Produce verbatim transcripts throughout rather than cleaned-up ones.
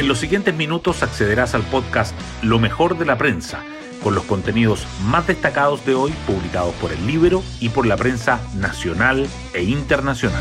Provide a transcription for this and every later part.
En los siguientes minutos accederás al podcast Lo mejor de la prensa, con los contenidos más destacados de hoy publicados por El Líbero y por la prensa nacional e internacional.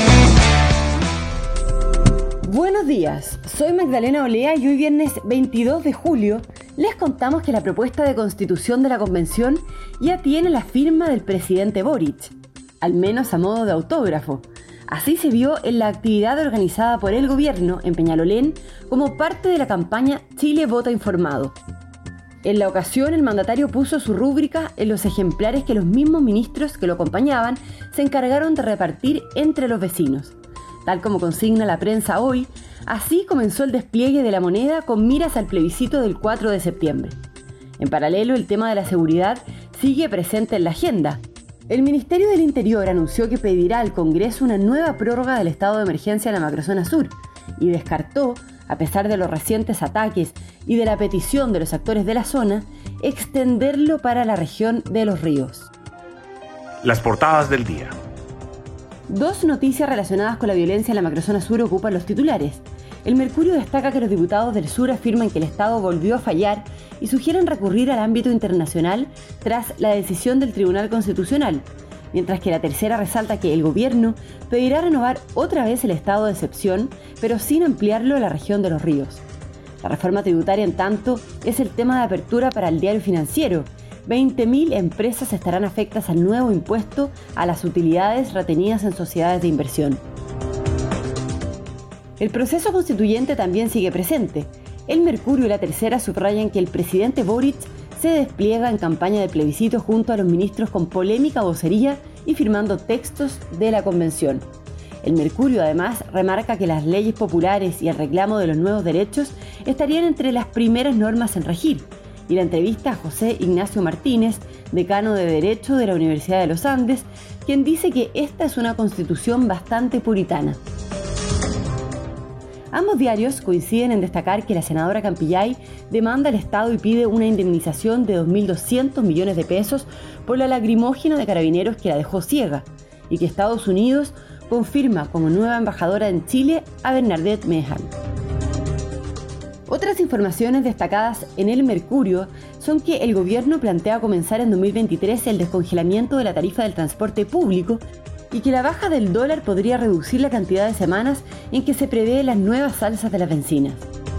Buenos días, soy Magdalena Olea y hoy viernes veintidós de julio les contamos que la propuesta de constitución de la convención ya tiene la firma del presidente Boric, al menos a modo de autógrafo. Así se vio en la actividad organizada por el gobierno en Peñalolén como parte de la campaña Chile Vota Informado. En la ocasión, el mandatario puso su rúbrica en los ejemplares que los mismos ministros que lo acompañaban se encargaron de repartir entre los vecinos. Tal como consigna la prensa hoy, así comenzó el despliegue de la moneda con miras al plebiscito del cuatro de septiembre. En paralelo, el tema de la seguridad sigue presente en la agenda. El Ministerio del Interior anunció que pedirá al Congreso una nueva prórroga del estado de emergencia en la macrozona sur y descartó, a pesar de los recientes ataques y de la petición de los actores de la zona, extenderlo para la región de Los Ríos. Las portadas del día. Dos noticias relacionadas con la violencia en la macrozona sur ocupan los titulares. El Mercurio destaca que los diputados del sur afirman que el Estado volvió a fallar y sugieren recurrir al ámbito internacional tras la decisión del Tribunal Constitucional, mientras que la Tercera resalta que el gobierno pedirá renovar otra vez el estado de excepción, pero sin ampliarlo a la región de Los Ríos. La reforma tributaria, en tanto, es el tema de apertura para el Diario Financiero. veinte mil empresas estarán afectadas al nuevo impuesto a las utilidades retenidas en sociedades de inversión. El proceso constituyente también sigue presente. El Mercurio y la Tercera subrayan que el presidente Boric se despliega en campaña de plebiscito junto a los ministros con polémica vocería y firmando textos de la convención. El Mercurio además remarca que las leyes populares y el reclamo de los nuevos derechos estarían entre las primeras normas en regir. Y la entrevista a José Ignacio Martínez, decano de Derecho de la Universidad de los Andes, quien dice que esta es una constitución bastante puritana. Ambos diarios coinciden en destacar que la senadora Campillay demanda al Estado y pide una indemnización de dos mil doscientos millones de pesos por la lacrimógena de carabineros que la dejó ciega, y que Estados Unidos confirma como nueva embajadora en Chile a Bernadette Meehan. Otras informaciones destacadas en el Mercurio son que el gobierno plantea comenzar en dos mil veintitrés el descongelamiento de la tarifa del transporte público y que la baja del dólar podría reducir la cantidad de semanas en que se prevé las nuevas alzas de las bencinas.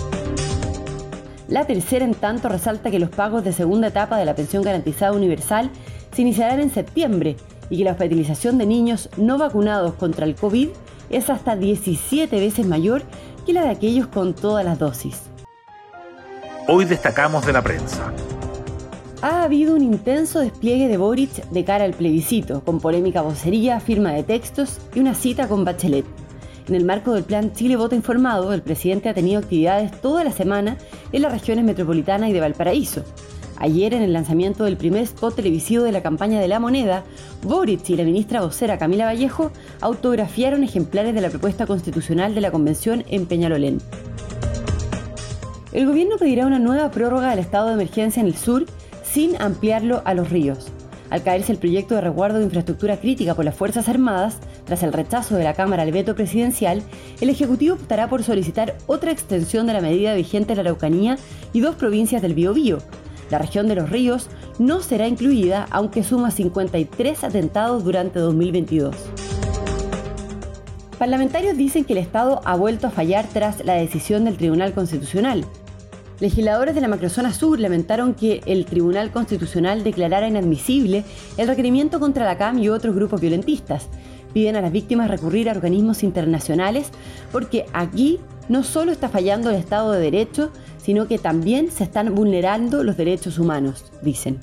La Tercera, en tanto, resalta que los pagos de segunda etapa de la pensión garantizada universal se iniciarán en septiembre y que la hospitalización de niños no vacunados contra el COVID es hasta diecisiete veces mayor que la de aquellos con todas las dosis. Hoy destacamos de la prensa. Ha habido un intenso despliegue de Boric de cara al plebiscito, con polémica vocería, firma de textos y una cita con Bachelet. En el marco del plan Chile Vota Informado, el presidente ha tenido actividades toda la semana en las regiones metropolitana y de Valparaíso. Ayer, en el lanzamiento del primer spot televisivo de la campaña de la moneda, Boric y la ministra vocera Camila Vallejo autografiaron ejemplares de la propuesta constitucional de la convención en Peñalolén. El gobierno pedirá una nueva prórroga del estado de emergencia en el sur sin ampliarlo a Los Ríos. Al caerse el proyecto de resguardo de infraestructura crítica por las Fuerzas Armadas, tras el rechazo de la Cámara al veto presidencial, el Ejecutivo optará por solicitar otra extensión de la medida vigente en la Araucanía y dos provincias del Biobío. La región de Los Ríos no será incluida, aunque suma cincuenta y tres atentados durante dos mil veintidós. Parlamentarios dicen que el Estado ha vuelto a fallar tras la decisión del Tribunal Constitucional. Legisladores de la macrozona sur lamentaron que el Tribunal Constitucional declarara inadmisible el requerimiento contra la C A M y otros grupos violentistas. Piden a las víctimas recurrir a organismos internacionales porque aquí no solo está fallando el Estado de Derecho, sino que también se están vulnerando los derechos humanos, dicen.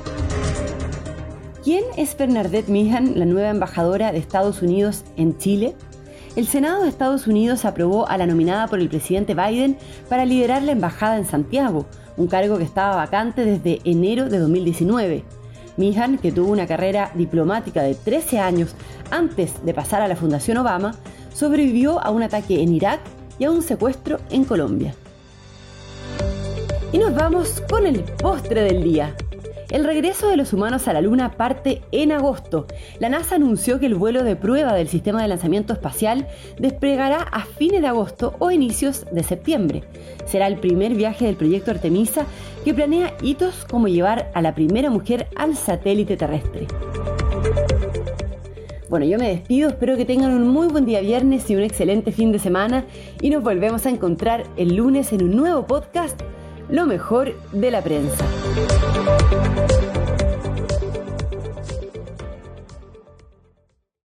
¿Quién es Bernadette Meehan, la nueva embajadora de Estados Unidos en Chile? El Senado de Estados Unidos aprobó a la nominada por el presidente Biden para liderar la embajada en Santiago, un cargo que estaba vacante desde enero de dos mil diecinueve. Meehan, que tuvo una carrera diplomática de trece años antes de pasar a la Fundación Obama, sobrevivió a un ataque en Irak y a un secuestro en Colombia. Y nos vamos con el postre del día. El regreso de los humanos a la Luna parte en agosto. La NASA anunció que el vuelo de prueba del sistema de lanzamiento espacial desplegará a fines de agosto o inicios de septiembre. Será el primer viaje del proyecto Artemisa, que planea hitos como llevar a la primera mujer al satélite terrestre. Bueno, yo me despido, espero que tengan un muy buen día viernes y un excelente fin de semana y nos volvemos a encontrar el lunes en un nuevo podcast, Lo mejor de la prensa.